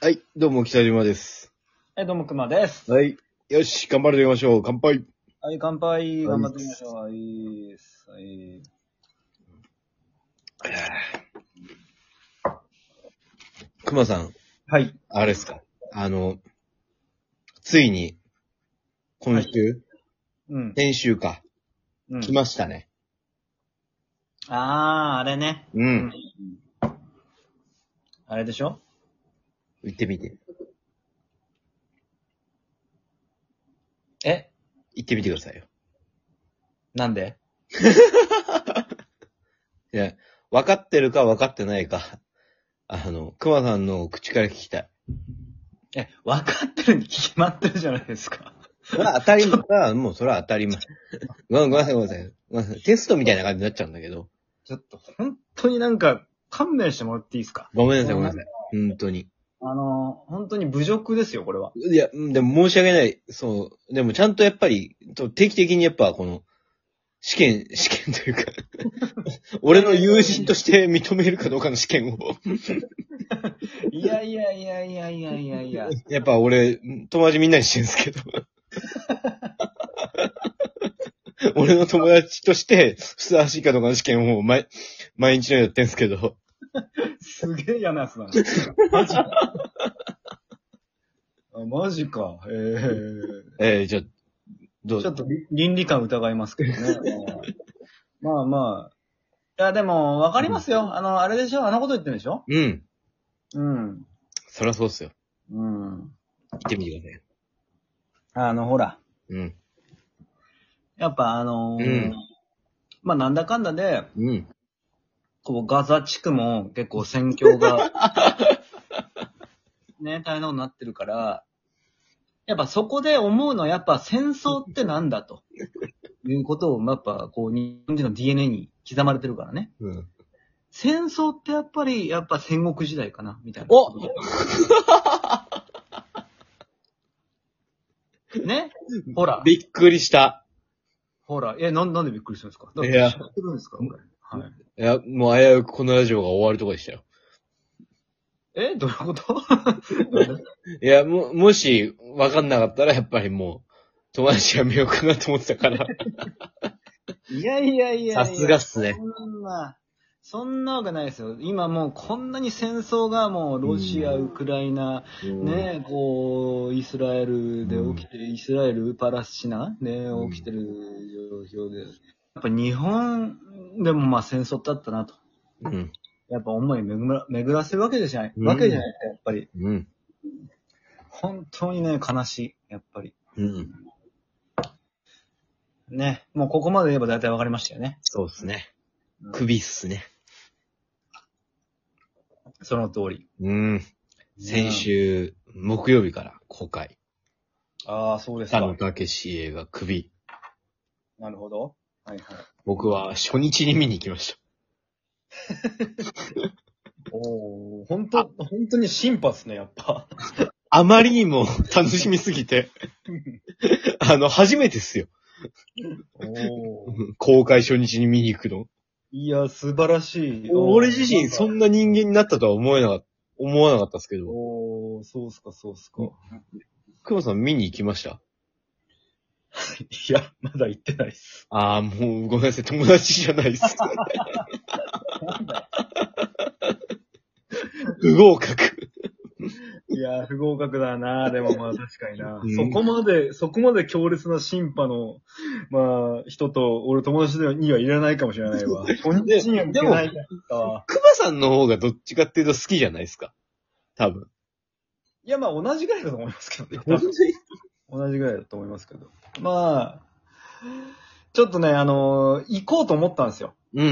はい、どうも、北島です。 どうも、くまです。 はい。よし、頑張っていきましょう。乾杯。 はい、乾杯。 はい頑張ってみましょう。はい。はい。 熊さん、 はい。 あれですか。ついに、今週、 うん。 先週か、来うん。 ましたね。 あれね。 うん。 あれでしょ？ 行ってみて。 え、 行ってみてくださいよ。 なんで？ いや、分かってるか分かってないか、熊さんの口から聞きたい。 分かってるに決まってるじゃないですか。 それは当たり前。もうそれは当たり前。ごめんなさい、ごめんなさい。ごめんなさい。テストみたいな感じになっちゃうんだけど。 ちょっと、本当になんか、勘弁してもらっていいですか？ ごめんなさい、ごめんなさい。本当に。 本当に侮辱ですよ、これは。 いや、でも申し訳ない。そう。でもちゃんとやっぱり、定期的にやっぱこの、試験というか、俺の友人として認めるかどうかの試験を。 いやいやいやいやいやいやいや。 やっぱ俺、友達みんなにしてるんですけど。俺の友達としてふさわしいかどうかの試験を毎日のようにやってるんですけど。 すげえ嫌なやつだな。マジか。マジか。 じゃあ、どうちょっと倫理観疑いますけどね。まあまあ。いや、でも、わかりますよ。あれでしょ？あのこと言ってるんでしょ？ うん。 うん。 そりゃそうっすよ。 うん。 行ってみてください。 ほら。 うん。 やっぱうん。 まあなんだかんだで、 うん。 ガザ地区も結構戦況が、ね、大変なことになってるから、やっぱそこで思うのはやっぱ戦争ってなんだと。いうことを、やっぱ日本人の DNA に刻まれてるからね。 うん。 戦争ってやっぱ戦国時代かな、みたいな。 おね？ほら。 びっくりした。 ほら。なんでびっくりするんですか？だっていや知ってるんですか、これ。はい。 いや、もう危うくこのラジオが終わるとこでしたよ。 どういうこと？ いや、もし、わかんなかったら、やっぱりもう、友達やめようかなと思ってたから。 いやいやいやいや。 さすがっすね。 そんなわけないですよ。今もうこんなに戦争がもうロシア、ウクライナ、ね、イスラエルで起きて、イスラエル、パラスチナ、ね、起きてる状況で。やっぱ日本でもまあ戦争ってあったなと。 うん。 やっぱ思い巡らせるわけじゃない。わけじゃないですか、やっぱり。 うん。 本当にね、悲しい。やっぱり。 うん。 ね。もうここまで言えば大体わかりましたよね。 そうっすね。首っすね。 その通り。 うん。先週、木曜日から公開。 ああ、そうですか。 北野武映画首。 なるほど。はいはい。 僕は初日に見に行きました。 おー、本当にシンパっすね、やっぱ。 あまりにも楽しみすぎて。初めてっすよ。 おー。 公開初日に見に行くの。 いや、素晴らしい。 俺自身そんな人間になったとは思わなかったですけど。 おー、そうっすか、そうっすか。 熊さん見に行きました？ いや、まだ行ってないっす。 ああ、もうごめんなさい、友達じゃないっす。不合格。 いや、不合格だな。でもまあ確かにな。 うん、 そこまで強烈な審判の、まあ、人と、俺友達にはいらないかもしれないわ。初日には行けないかわ。 熊さんの方がどっちかっていうと好きじゃないですか。多分。 いや、まあ同じぐらいだと思いますけどね。 本当に同じぐらいだと思いますけど。まあ、ちょっとね、行こうと思ったんですよ。 うん。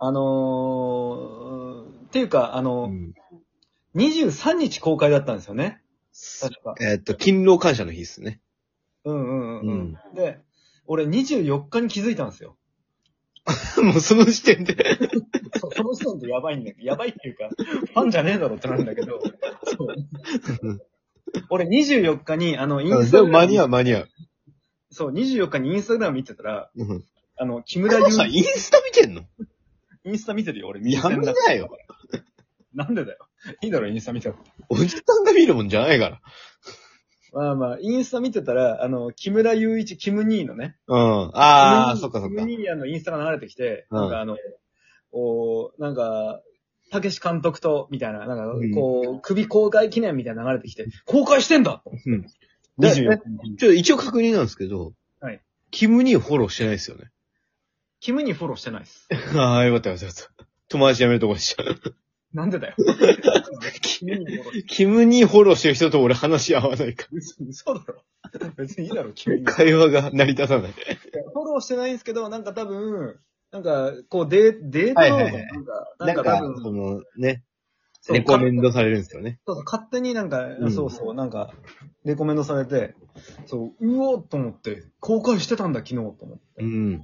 っていうか、23日公開だったんですよね。確か。 勤労感謝の日ですね。 うん。で、俺24日に気づいたんですよ。 もうその時点でその時点でやばいんだけど、やばいっていうか、ファンじゃねえだろってなんだけど、そう。俺24日に、インスタグラム。 でも間に合う。 そう、24日にインスタグラム見てたら、 うん。 木村祐さんインスタ見てんの？ インスタ見てるよ、俺。 やめなよ。 なんでだよ。 いいだろ、インスタ見たら。 おじさんが見るもんじゃないから。 まあまあ、インスタ見てたら、木村雄一、キム兄のね。 うん。ああ、そっかそっか。 キム兄のインスタが流れてきて、 うんなんか、たけし監督と、みたいな、なんか、 うんこう、首公開記念みたいなの流れてきて、公開してんだと思って。 うん。 24 ちょっと一応確認なんですけど、 はい。 キムにフォローしてないですよね。 キムにフォローしてないです。 ああ、よかったよかった。友達やめるとこでした。 なんでだよ。キムにフォローしてキムにフォローしてる人と俺話合わないか嘘だろ。別にいいだろ、キムら。 に。 会話が成り立たない。 フォローしてないんですけど、なんか多分、なんか、こう、デート動画はいはいはいなんか多分、 そのね、 そうレコメンドされるんですよね。 そうそう、勝手になんか、 うんそうそう、なんか、レコメンドされて、そう、うおーと思って、公開してたんだ、昨日と思って。 うん。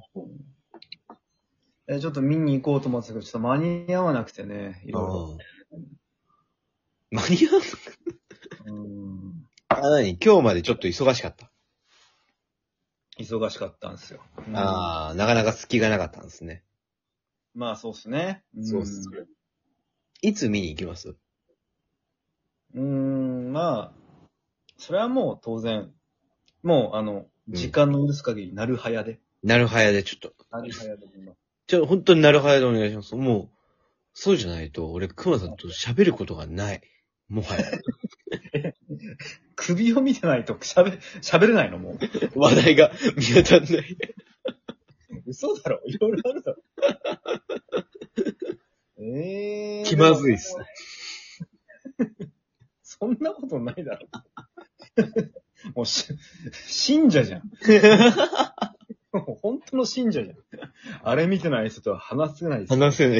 ちょっと見に行こうと思ってたけど、ちょっと間に合わなくてね、いろいろ。 間に合う何今日までちょっと忙しかった。 忙しかったんですよ。 ああ、なかなか隙がなかったんですね。 まあ、そうっすね。 そうっすいつ見に行きます？ まあ、それはもう当然、もう時間の許す限り、なるはやで。 なるはやでちょっと。 なるはやで見ます。 本当になるはやでお願いします。もう、そうじゃないと、俺、熊さんと喋ることがない。もはや。 首を見てないと喋れないのもう。 話題が見当たんない。 嘘だろいろいろあるだろ。 気まずいっす。 そんなことないだろ。もう信者じゃん。もう本当の信者じゃん。あれ見てない人とは話せないです。 話せない。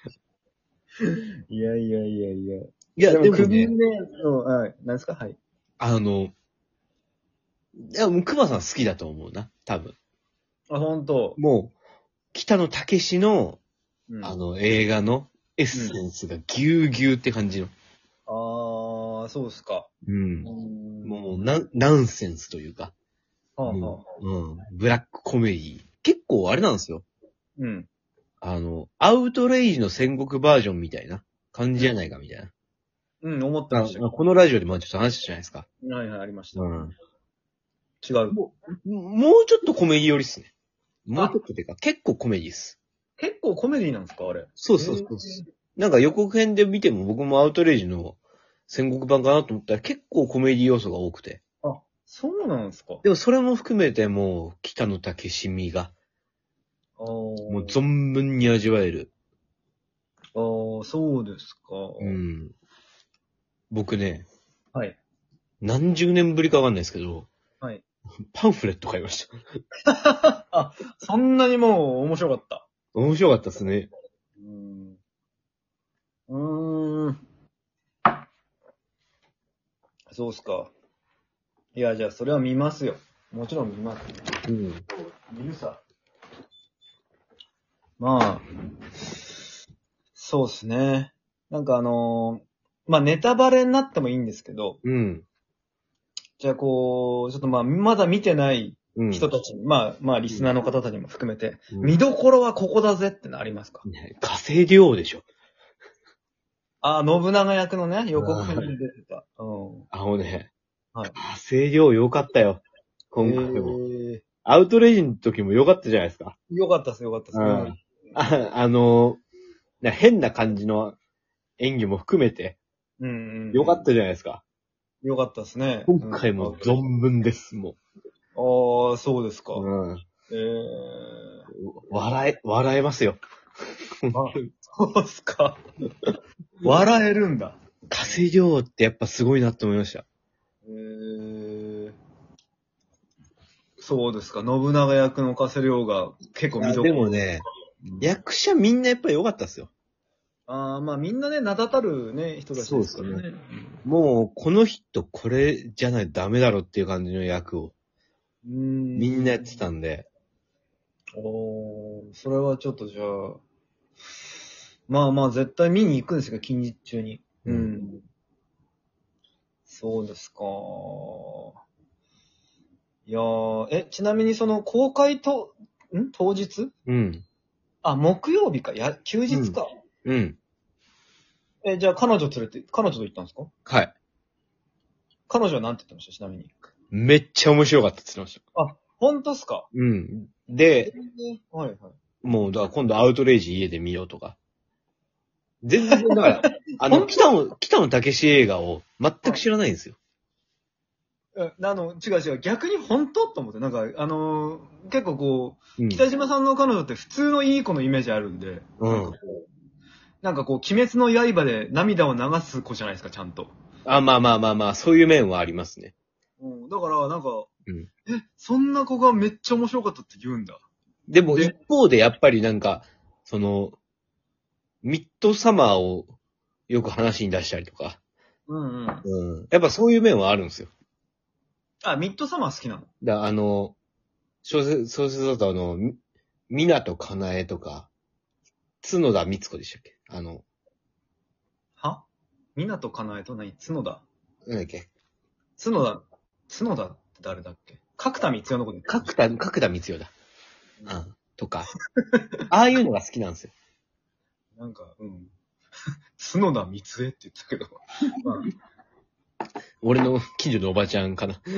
いやいやいやいや。 いや、でもね、 首ね、はい。何ですかはい。 いや、もう熊さん好きだと思うな。多分。 あ、本当。 もう、北野武の、 うん、 映画のエッセンスがぎゅうぎゅうって感じの。 そうですか。 うん。もう、ナンセンスというか。 はあはあ、 ブラックコメディ。結構あれなんですよ。 うん。 アウトレイジの戦国バージョンみたいな感じじゃないかみたいな。 うん、思ってましたよ。 このラジオでもちょっと話したじゃないですか。 はいはい、ありました。 うん。 違う。 もうちょっとコメディ寄りっすね。もうちょっとてか、結構コメディっす。 結構コメディなんですかあれ。 そうそうそう。なんか予告編で見ても僕もアウトレイジの戦国版かなと思ったら結構コメディ要素が多くて。 あ、そうなんですか。 でもそれも含めてもう北野武味がもう存分に味わえる。 そうですか。 うん。僕ね、 はい。 何十年ぶりかわかんないですけど、 はい。 パンフレット買いました。 あ、そんなにもう面白かった。 面白かったですね。 そうっすか。いや、じゃあそれは見ますよ。もちろん見ます。 うん。 見るさ。まあ、そうっすね。なんかまあネタバレになってもいいんですけど、 うん。 じゃあこう、ちょっとまあまだ見てないうん。 人たちに、まあリスナーの方たちにも含めて、 うん見どころはここだぜってのありますか？ ね火星量でしょ。 信長役のね、予告編に出てた。 ね。 はい。 火星量良かったよ。今回も。 も。 アウトレイジの時も良かったじゃないですか。 よかったっす、よかったっす。 変な感じの演技も含めて、良かったじゃないですか。 よかったっすね。 今回も存分です、もそうですか。 う。笑えますよ。 そうっすか。笑えるんだ。 火星量ってやっぱすごいなって思いました。 そうですか。信長役の加瀬亮が結構見どころ。 でもね、役者みんなやっぱり良かったですよ。 まあみんなね、名だたるね、人たちですからね。 そうですもう、この人これじゃないとダメだろっていう感じの役を、みんなやってたんで。 それはちょっとじゃあ、まあまあ絶対見に行くんですよ、近日中に。そうですか。いやー、ちなみにその公開当日うん。 木曜日か。休日か。 うん。 じゃあ彼女と行ったんですか？ はい。 彼女は何て言ってました、ちなみに。 めっちゃ面白かったって言ってました。 あ、本当っすか？ うん。で、 はいはい。 もう、だから今度アウトレイジ家で見ようとか。全然、だから、北野武映画を全く知らないんですよ。 違う。逆に本当と思って、なんか、結構こう、 うん。 北島さんの彼女って普通のいい子のイメージあるんで、 うん。 なんかこう、鬼滅の刃で涙を流す子じゃないですか、ちゃんと。 あ、まあ、そういう面はありますね。 だから、なんか、 うん。 そんな子がめっちゃ面白かったって言うんだ。 でも一方でやっぱりなんか、ミッドサマーをよく話に出したりとか。 うんうん。 うん。やっぱそういう面はあるんですよ。 あ、ミッドサマー好きなの？ 小説だと港かなえとか、角田光子でしたっけは港かなえと角田。 なんだっけ角田って誰だっけ？角田光代のこと。 角田光代だ。うん。とか。ああいうのが好きなんですよ。 なんか、角田光恵って言ったけど。 俺の近所のおばちゃんかな。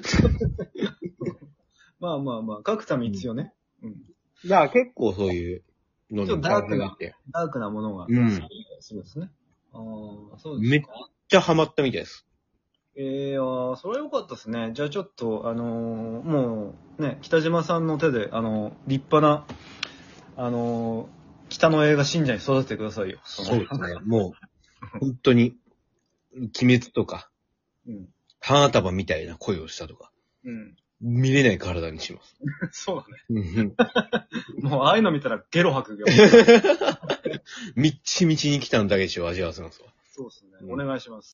まあ、角田光代ね。 だから結構そういうのにちょっとダークなって。 ダークなものが、 うんするんですね。ああ、そうでめっすか。 ちゃハマったみたいです。 それは良かったですね。じゃあちょっと、もう、ね、北島さんの手で、立派な、北の映画信者に育ててくださいよ。 そうですね。もう、本当に、鬼滅とか、 うん。 花束みたいな恋をしたとか、 うん。 見れない体にします。 そうだね。 うんもう、ああいうの見たらゲロ吐くよ。 みっちみちに来たのだけしを味わわせますわ。 そうですね。お願いします。